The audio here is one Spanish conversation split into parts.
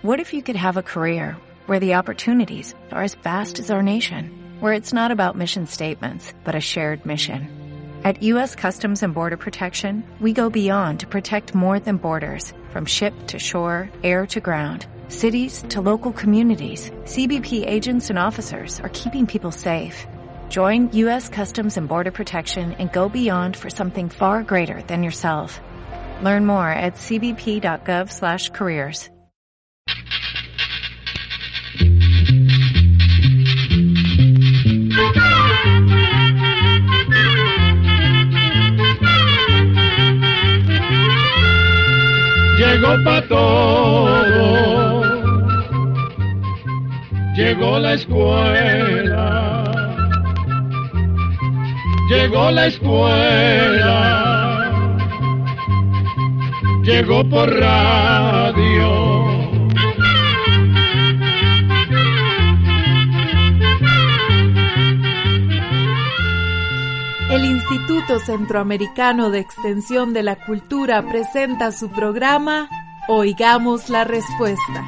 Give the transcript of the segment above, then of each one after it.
What if you could have a career where the opportunities are as vast as our nation, where it's not about mission statements, but a shared mission? At U.S. Customs and Border Protection, we go beyond to protect more than borders, from ship to shore, air to ground, cities to local communities. CBP agents and officers are keeping people safe. Join U.S. Customs and Border Protection and go beyond for something far greater than yourself. Learn more at cbp.gov/careers. Llegó pa' todo, llegó la escuela, llegó la escuela, llegó por radio. El Instituto Centroamericano de Extensión de la Cultura presenta su programa Oigamos la Respuesta.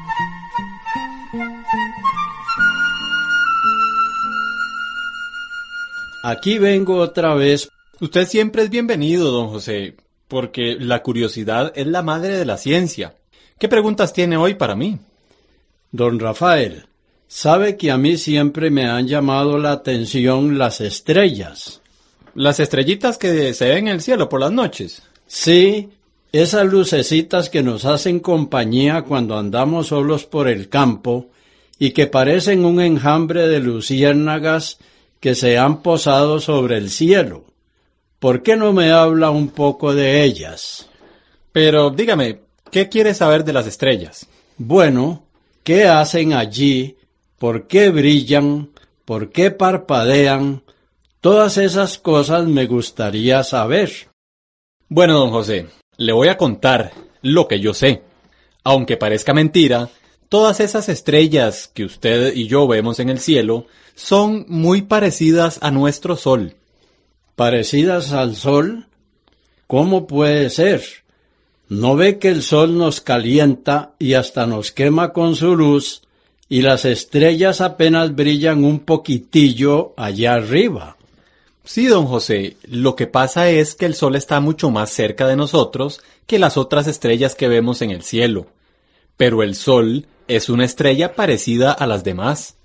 Aquí vengo otra vez. Usted siempre es bienvenido, don José, porque la curiosidad es la madre de la ciencia. ¿Qué preguntas tiene hoy para mí? Don Rafael, sabe que a mí siempre me han llamado la atención las estrellas. ¿Las estrellitas que se ven en el cielo por las noches? Sí, esas lucecitas que nos hacen compañía cuando andamos solos por el campo y que parecen un enjambre de luciérnagas que se han posado sobre el cielo. ¿Por qué no me habla un poco de ellas? Pero dígame, ¿qué quiere saber de las estrellas? Bueno, ¿qué hacen allí? ¿Por qué brillan? ¿Por qué parpadean? Todas esas cosas me gustaría saber. Bueno, don José, le voy a contar lo que yo sé. Aunque parezca mentira, todas esas estrellas que usted y yo vemos en el cielo son muy parecidas a nuestro Sol. ¿Parecidas al Sol? ¿Cómo puede ser? ¿No ve que el Sol nos calienta y hasta nos quema con su luz, y las estrellas apenas brillan un poquitillo allá arriba? Sí, don José, lo que pasa es que el Sol está mucho más cerca de nosotros que las otras estrellas que vemos en el cielo. Pero el Sol es una estrella parecida a las demás.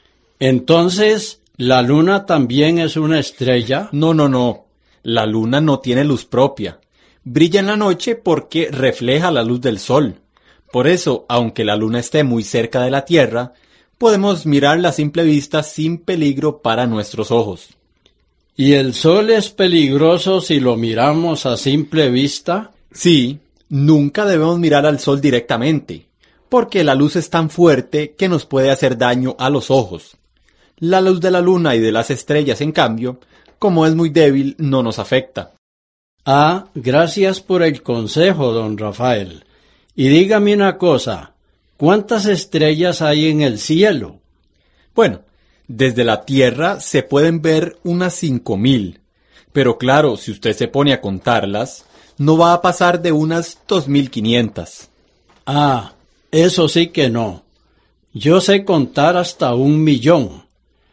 Entonces, ¿la Luna también es una estrella? No. La Luna no tiene luz propia. Brilla en la noche porque refleja la luz del Sol. Por eso, aunque la Luna esté muy cerca de la Tierra, podemos mirarla a simple vista sin peligro para nuestros ojos. ¿Y el Sol es peligroso si lo miramos a simple vista? Sí, nunca debemos mirar al Sol directamente, porque la luz es tan fuerte que nos puede hacer daño a los ojos. La luz de la Luna y de las estrellas, en cambio, como es muy débil, no nos afecta. Ah, gracias por el consejo, don Rafael. Y dígame una cosa, ¿cuántas estrellas hay en el cielo? Bueno, desde la Tierra se pueden ver unas 5,000, pero claro, si usted se pone a contarlas, no va a pasar de unas 2,500. Ah, eso sí que no. Yo sé contar hasta 1,000,000.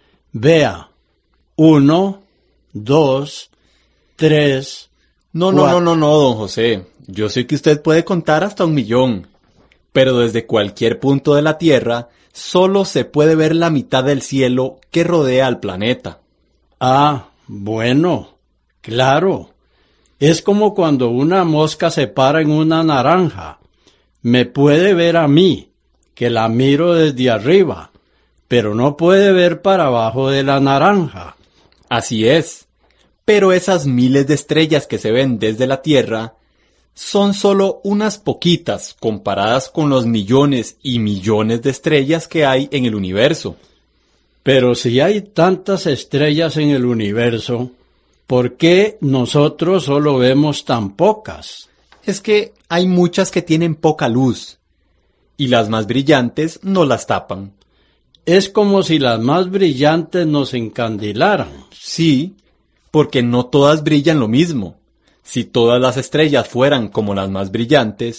Vea, 1, 2, 3... No, don José. Yo sé que usted puede contar hasta 1,000,000, pero desde cualquier punto de la Tierra solo se puede ver la mitad del cielo que rodea al planeta. Ah, bueno, claro. Es como cuando una mosca se para en una naranja. Me puede ver a mí, que la miro desde arriba, pero no puede ver para abajo de la naranja. Así es. Pero esas miles de estrellas que se ven desde la Tierra son solo unas poquitas comparadas con los millones y millones de estrellas que hay en el universo. Pero si hay tantas estrellas en el universo, ¿por qué nosotros solo vemos tan pocas? Es que hay muchas que tienen poca luz, y las más brillantes no las tapan. Es como si las más brillantes nos encandilaran. Sí, porque no todas brillan lo mismo. Si todas las estrellas fueran como las más brillantes,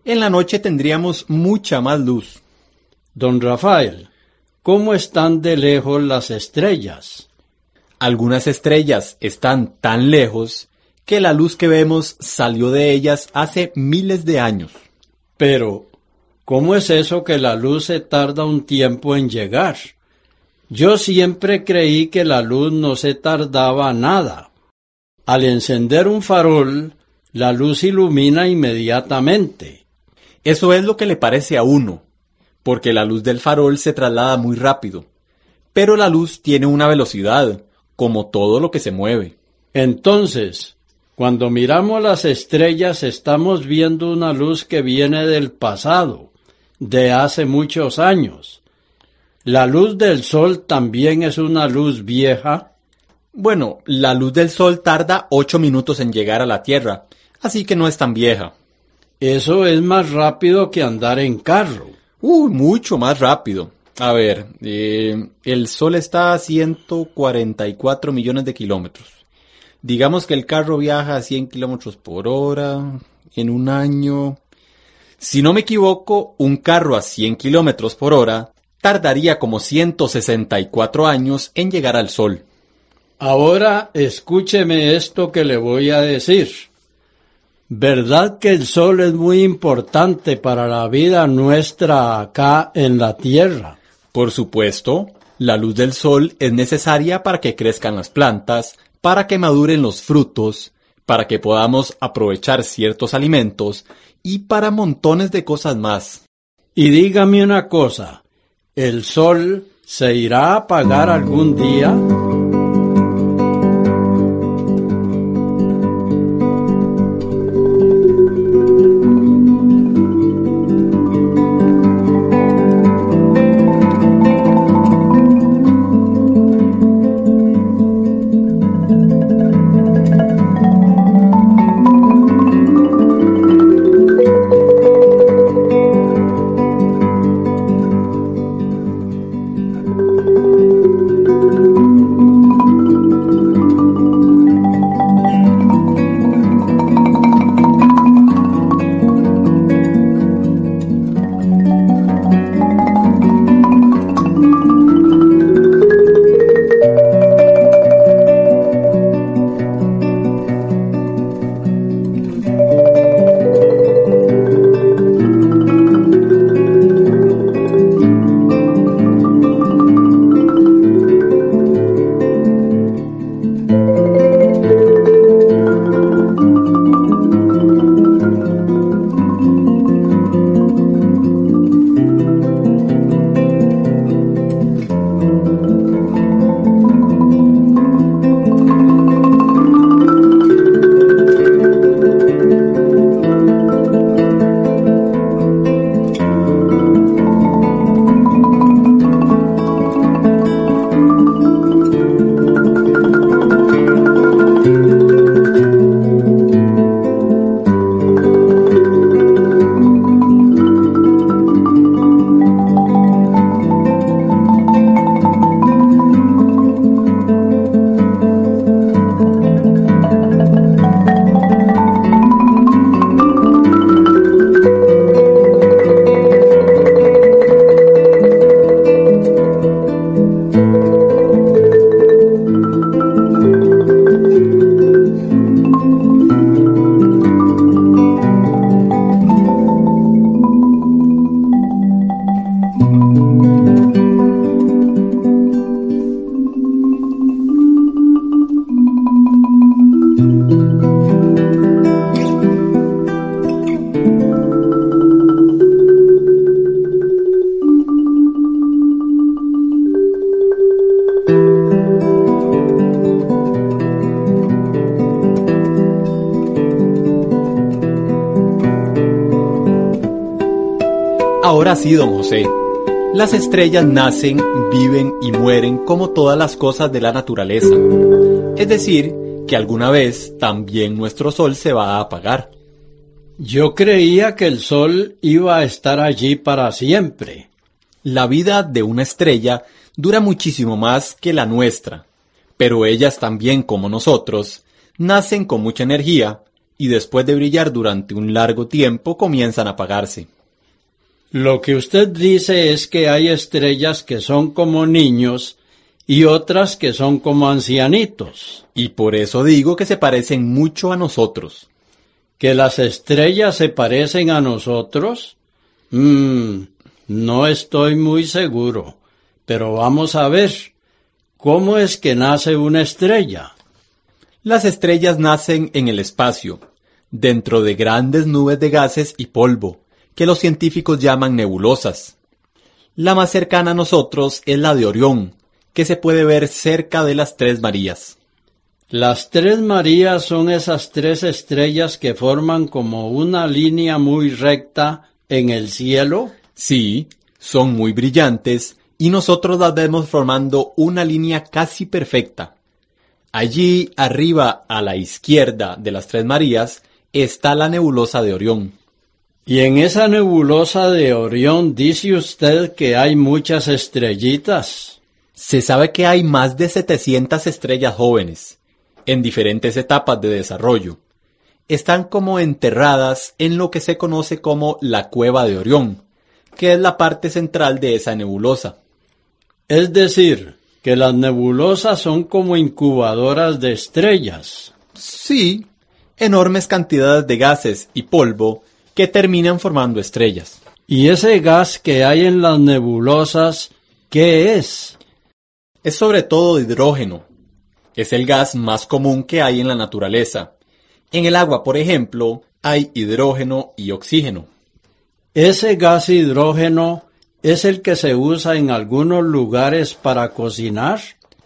en la noche tendríamos mucha más luz. Don Rafael, ¿cómo están de lejos las estrellas? Algunas estrellas están tan lejos que la luz que vemos salió de ellas hace miles de años. Pero, ¿cómo es eso que la luz se tarda un tiempo en llegar? Yo siempre creí que la luz no se tardaba nada. Al encender un farol, la luz ilumina inmediatamente. Eso es lo que le parece a uno, porque la luz del farol se traslada muy rápido. Pero la luz tiene una velocidad, como todo lo que se mueve. Entonces, cuando miramos las estrellas estamos viendo una luz que viene del pasado, de hace muchos años. ¿La luz del sol también es una luz vieja? Bueno, la luz del sol tarda 8 minutos en llegar a la Tierra, así que no es tan vieja. Eso es más rápido que andar en carro. Mucho más rápido. A ver, el sol está a 144 millones de kilómetros. Digamos que el carro viaja a 100 kilómetros por hora en un año. Si no me equivoco, un carro a 100 kilómetros por hora tardaría como 164 años en llegar al sol. Ahora escúcheme esto que le voy a decir. ¿Verdad que el sol es muy importante para la vida nuestra acá en la Tierra? Por supuesto, la luz del sol es necesaria para que crezcan las plantas, para que maduren los frutos, para que podamos aprovechar ciertos alimentos y para montones de cosas más. Y dígame una cosa, ¿el sol se irá a apagar algún día? Ahora sí, don José, las estrellas nacen, viven y mueren como todas las cosas de la naturaleza. Es decir, que alguna vez también nuestro sol se va a apagar. Yo creía que el sol iba a estar allí para siempre. La vida de una estrella dura muchísimo más que la nuestra, pero ellas también, como nosotros, nacen con mucha energía, y después de brillar durante un largo tiempo comienzan a apagarse. Lo que usted dice es que hay estrellas que son como niños y otras que son como ancianitos. Y por eso digo que se parecen mucho a nosotros. ¿Que las estrellas se parecen a nosotros? No estoy muy seguro, pero vamos a ver. ¿Cómo es que nace una estrella? Las estrellas nacen en el espacio, dentro de grandes nubes de gases y polvo, que los científicos llaman nebulosas. La más cercana a nosotros es la de Orión, que se puede ver cerca de las Tres Marías. Las Tres Marías son esas tres estrellas que forman como una línea muy recta en el cielo. Sí, son muy brillantes y nosotros las vemos formando una línea casi perfecta. Allí, arriba a la izquierda de las Tres Marías, está la nebulosa de Orión. Y en esa nebulosa de Orión dice usted que hay muchas estrellitas. Se sabe que hay más de 700 estrellas jóvenes, en diferentes etapas de desarrollo. Están como enterradas en lo que se conoce como la Cueva de Orión, que es la parte central de esa nebulosa. Es decir, que las nebulosas son como incubadoras de estrellas. Sí, enormes cantidades de gases y polvo que terminan formando estrellas. ¿Y ese gas que hay en las nebulosas, qué es? Es sobre todo hidrógeno. Es el gas más común que hay en la naturaleza. En el agua, por ejemplo, hay hidrógeno y oxígeno. ¿Ese gas hidrógeno es el que se usa en algunos lugares para cocinar?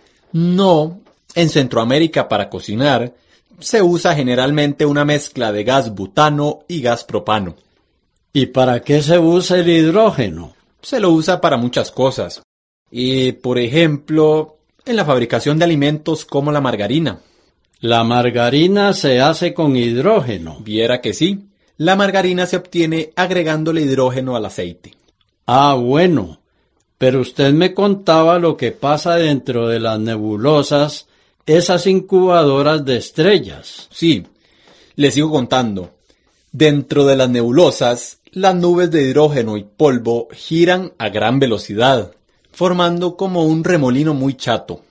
No, en Centroamérica para cocinar se usa generalmente una mezcla de gas butano y gas propano. ¿Y para qué se usa el hidrógeno? Se lo usa para muchas cosas. Y, por ejemplo, en la fabricación de alimentos como la margarina. ¿La margarina se hace con hidrógeno? Viera que sí. La margarina se obtiene agregándole hidrógeno al aceite. Ah, bueno. Pero usted me contaba lo que pasa dentro de las nebulosas, esas incubadoras de estrellas. Sí, le sigo contando. Dentro de las nebulosas, las nubes de hidrógeno y polvo giran a gran velocidad, formando como un remolino muy chato.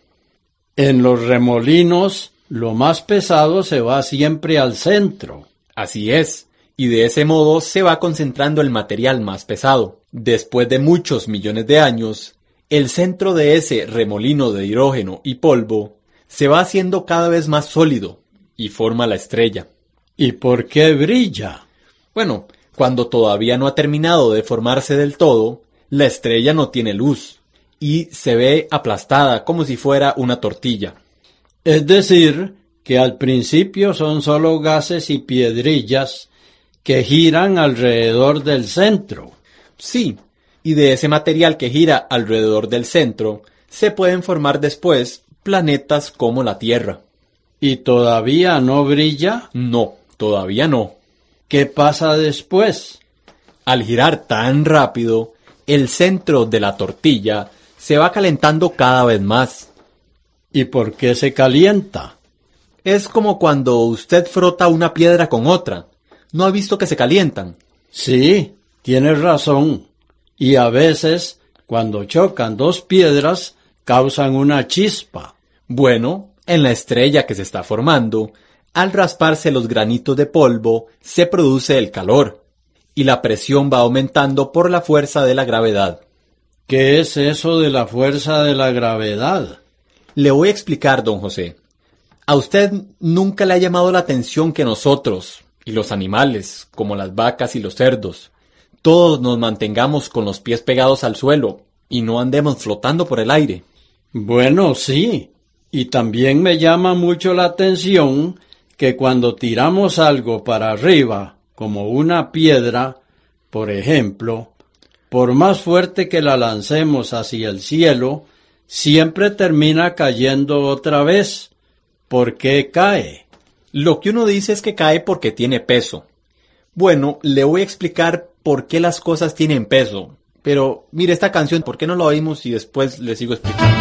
En los remolinos, lo más pesado se va siempre al centro. Así es, y de ese modo se va concentrando el material más pesado. Después de muchos millones de años, el centro de ese remolino de hidrógeno y polvo se va haciendo cada vez más sólido y forma la estrella. ¿Y por qué brilla? Bueno, cuando todavía no ha terminado de formarse del todo, la estrella no tiene luz y se ve aplastada como si fuera una tortilla. Es decir, que al principio son solo gases y piedrillas que giran alrededor del centro. Sí, y de ese material que gira alrededor del centro se pueden formar después planetas como la Tierra. ¿Y todavía no brilla? No, todavía no. ¿Qué pasa después? Al girar tan rápido, el centro de la tortilla se va calentando cada vez más. ¿Y por qué se calienta? Es como cuando usted frota una piedra con otra. ¿No ha visto que se calientan? Sí, tienes razón. Y a veces, cuando chocan dos piedras, causan una chispa. Bueno, en la estrella que se está formando, al rasparse los granitos de polvo, se produce el calor, y la presión va aumentando por la fuerza de la gravedad. ¿Qué es eso de la fuerza de la gravedad? Le voy a explicar, don José. ¿A usted nunca le ha llamado la atención que nosotros, y los animales, como las vacas y los cerdos, todos nos mantengamos con los pies pegados al suelo y no andemos flotando por el aire? Bueno, sí. Y también me llama mucho la atención que cuando tiramos algo para arriba, como una piedra, por ejemplo, por más fuerte que la lancemos hacia el cielo, siempre termina cayendo otra vez. ¿Por qué cae? Lo que uno dice es que cae porque tiene peso. Bueno, le voy a explicar por qué las cosas tienen peso. Pero mire esta canción, ¿por qué no la oímos y después le sigo explicando?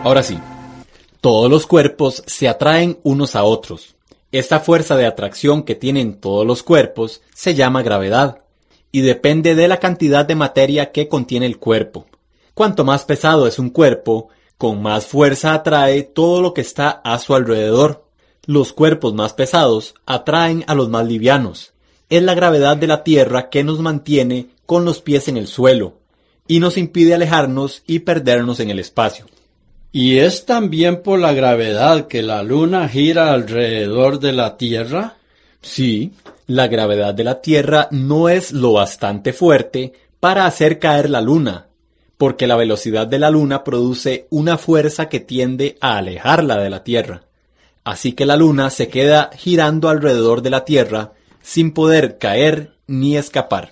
Ahora sí, todos los cuerpos se atraen unos a otros. Esta fuerza de atracción que tienen todos los cuerpos se llama gravedad y depende de la cantidad de materia que contiene el cuerpo. Cuanto más pesado es un cuerpo, con más fuerza atrae todo lo que está a su alrededor. Los cuerpos más pesados atraen a los más livianos. Es la gravedad de la Tierra que nos mantiene con los pies en el suelo y nos impide alejarnos y perdernos en el espacio. ¿Y es también por la gravedad que la Luna gira alrededor de la Tierra? Sí, la gravedad de la Tierra no es lo bastante fuerte para hacer caer la Luna, porque la velocidad de la Luna produce una fuerza que tiende a alejarla de la Tierra. Así que la Luna se queda girando alrededor de la Tierra sin poder caer ni escapar.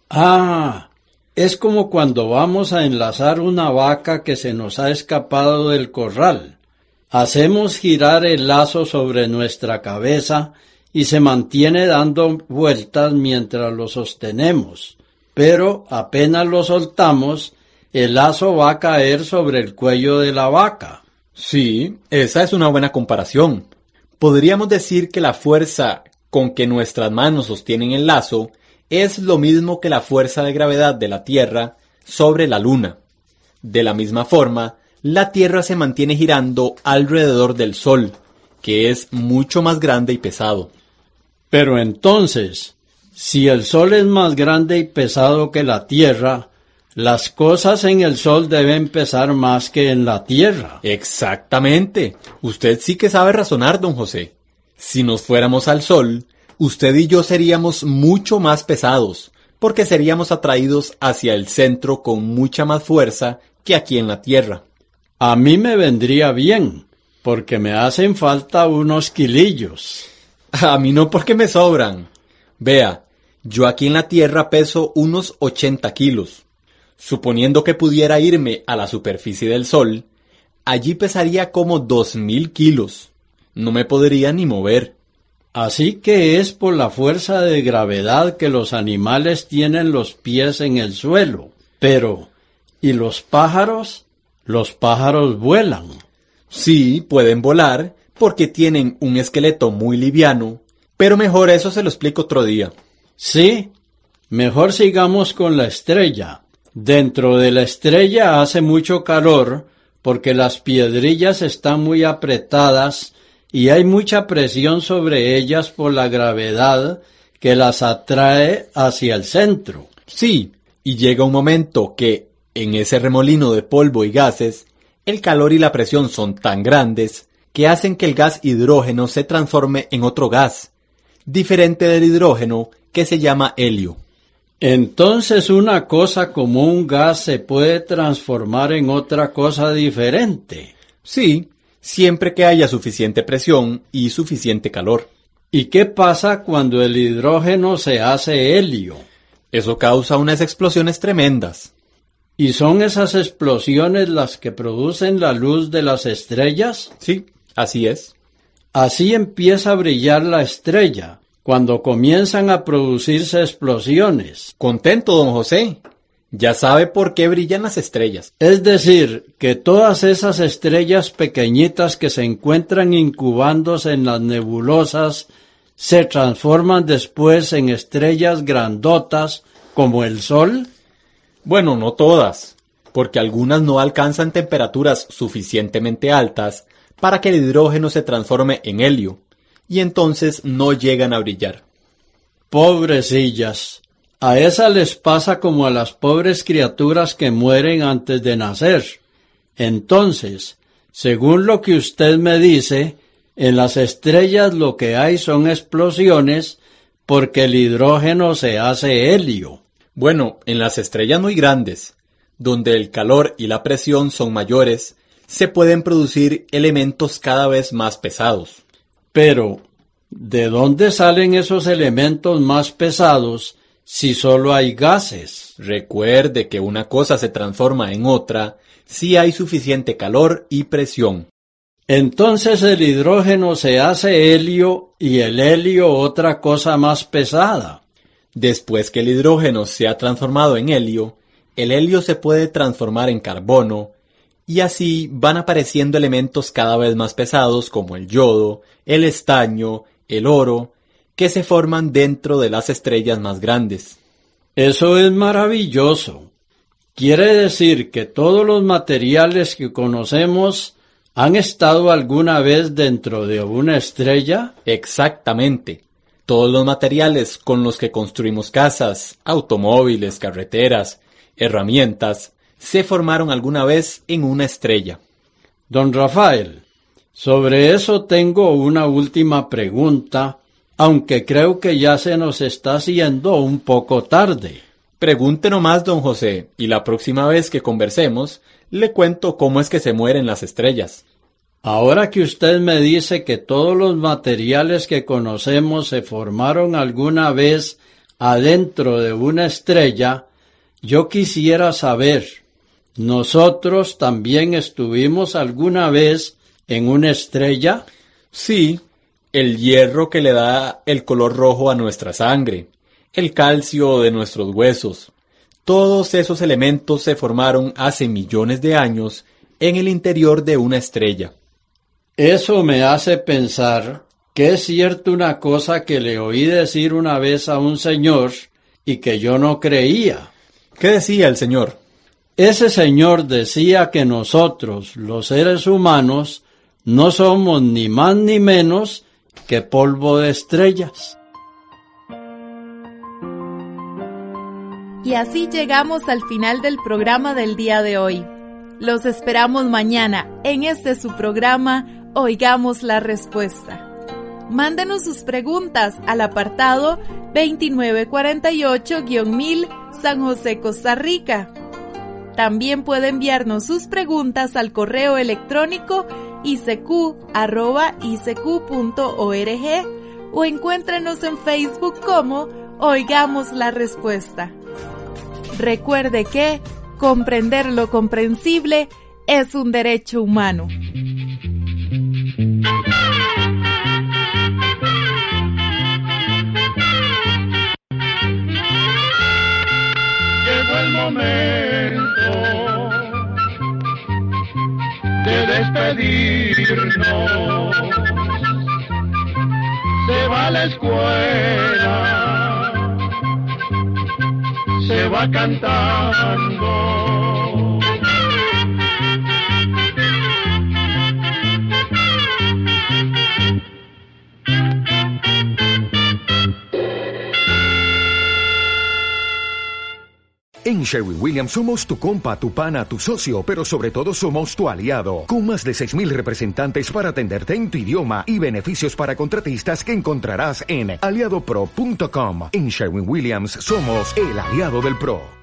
Ah, es como cuando vamos a enlazar una vaca que se nos ha escapado del corral. Hacemos girar el lazo sobre nuestra cabeza y se mantiene dando vueltas mientras lo sostenemos, pero apenas lo soltamos, el lazo va a caer sobre el cuello de la vaca. Sí, esa es una buena comparación. Podríamos decir que la fuerza con que nuestras manos sostienen el lazo es lo mismo que la fuerza de gravedad de la Tierra sobre la Luna. De la misma forma, la Tierra se mantiene girando alrededor del Sol, que es mucho más grande y pesado. Pero entonces, si el Sol es más grande y pesado que la Tierra, las cosas en el Sol deben pesar más que en la Tierra. Exactamente. Usted sí que sabe razonar, don José. Si nos fuéramos al Sol, usted y yo seríamos mucho más pesados, porque seríamos atraídos hacia el centro con mucha más fuerza que aquí en la Tierra. A mí me vendría bien, porque me hacen falta unos kilillos. A mí no, porque me sobran. Vea, yo aquí en la Tierra peso unos 80 kilos. Suponiendo que pudiera irme a la superficie del Sol, allí pesaría como 2000 kilos. No me podría ni mover. Así que es por la fuerza de gravedad que los animales tienen los pies en el suelo. Pero, ¿y los pájaros? Los pájaros vuelan. Sí, pueden volar porque tienen un esqueleto muy liviano, pero mejor eso se lo explico otro día. Sí, mejor sigamos con la estrella. Dentro de la estrella hace mucho calor porque las piedrillas están muy apretadas y hay mucha presión sobre ellas por la gravedad que las atrae hacia el centro. Sí, y llega un momento que, en ese remolino de polvo y gases, el calor y la presión son tan grandes que hacen que el gas hidrógeno se transforme en otro gas, diferente del hidrógeno, que se llama helio. Entonces una cosa como un gas se puede transformar en otra cosa diferente. Sí, siempre que haya suficiente presión y suficiente calor. ¿Y qué pasa cuando el hidrógeno se hace helio? Eso causa unas explosiones tremendas. ¿Y son esas explosiones las que producen la luz de las estrellas? Sí, así es. Así empieza a brillar la estrella, cuando comienzan a producirse explosiones. Contento, don José. Ya sabe por qué brillan las estrellas. Es decir, que todas esas estrellas pequeñitas que se encuentran incubándose en las nebulosas se transforman después en estrellas grandotas como el Sol. Bueno, no todas, porque algunas no alcanzan temperaturas suficientemente altas para que el hidrógeno se transforme en helio, y entonces no llegan a brillar. Pobrecillas. A esas les pasa como a las pobres criaturas que mueren antes de nacer. Entonces, según lo que usted me dice, en las estrellas lo que hay son explosiones porque el hidrógeno se hace helio. Bueno, en las estrellas muy grandes, donde el calor y la presión son mayores, se pueden producir elementos cada vez más pesados. Pero, ¿de dónde salen esos elementos más pesados si solo hay gases? Recuerde que una cosa se transforma en otra si hay suficiente calor y presión. Entonces el hidrógeno se hace helio y el helio otra cosa más pesada. Después que el hidrógeno se ha transformado en helio, el helio se puede transformar en carbono y así van apareciendo elementos cada vez más pesados como el yodo, el estaño, el oro, que se forman dentro de las estrellas más grandes. Eso es maravilloso. ¿Quiere decir que todos los materiales que conocemos han estado alguna vez dentro de una estrella? Exactamente. Todos los materiales con los que construimos casas, automóviles, carreteras, herramientas, se formaron alguna vez en una estrella. Don Rafael, sobre eso tengo una última pregunta, aunque creo que ya se nos está haciendo un poco tarde. Pregunte nomás, don José, y la próxima vez que conversemos, le cuento cómo es que se mueren las estrellas. Ahora que usted me dice que todos los materiales que conocemos se formaron alguna vez adentro de una estrella, yo quisiera saber, ¿nosotros también estuvimos alguna vez en una estrella? Sí, el hierro que le da el color rojo a nuestra sangre, el calcio de nuestros huesos. Todos esos elementos se formaron hace millones de años en el interior de una estrella. Eso me hace pensar que es cierto una cosa que le oí decir una vez a un señor y que yo no creía. ¿Qué decía el señor? Ese señor decía que nosotros, los seres humanos, no somos ni más ni menos que polvo de estrellas. Y así llegamos al final del programa del día de hoy. Los esperamos mañana en su programa Oigamos la Respuesta. Mándenos sus preguntas al apartado 2948-1000 San José, Costa Rica. También puede enviarnos sus preguntas al correo electrónico icq@icq.org o encuéntrenos en Facebook como Oigamos la Respuesta. Recuerde que comprender lo comprensible es un derecho humano. Llegó el momento de despedirnos. Se va a la escuela, se va cantando. En Sherwin-Williams somos tu compa, tu pana, tu socio, pero sobre todo somos tu aliado, con más de 6,000 representantes para atenderte en tu idioma y beneficios para contratistas que encontrarás en aliadopro.com. En Sherwin-Williams somos el aliado del pro.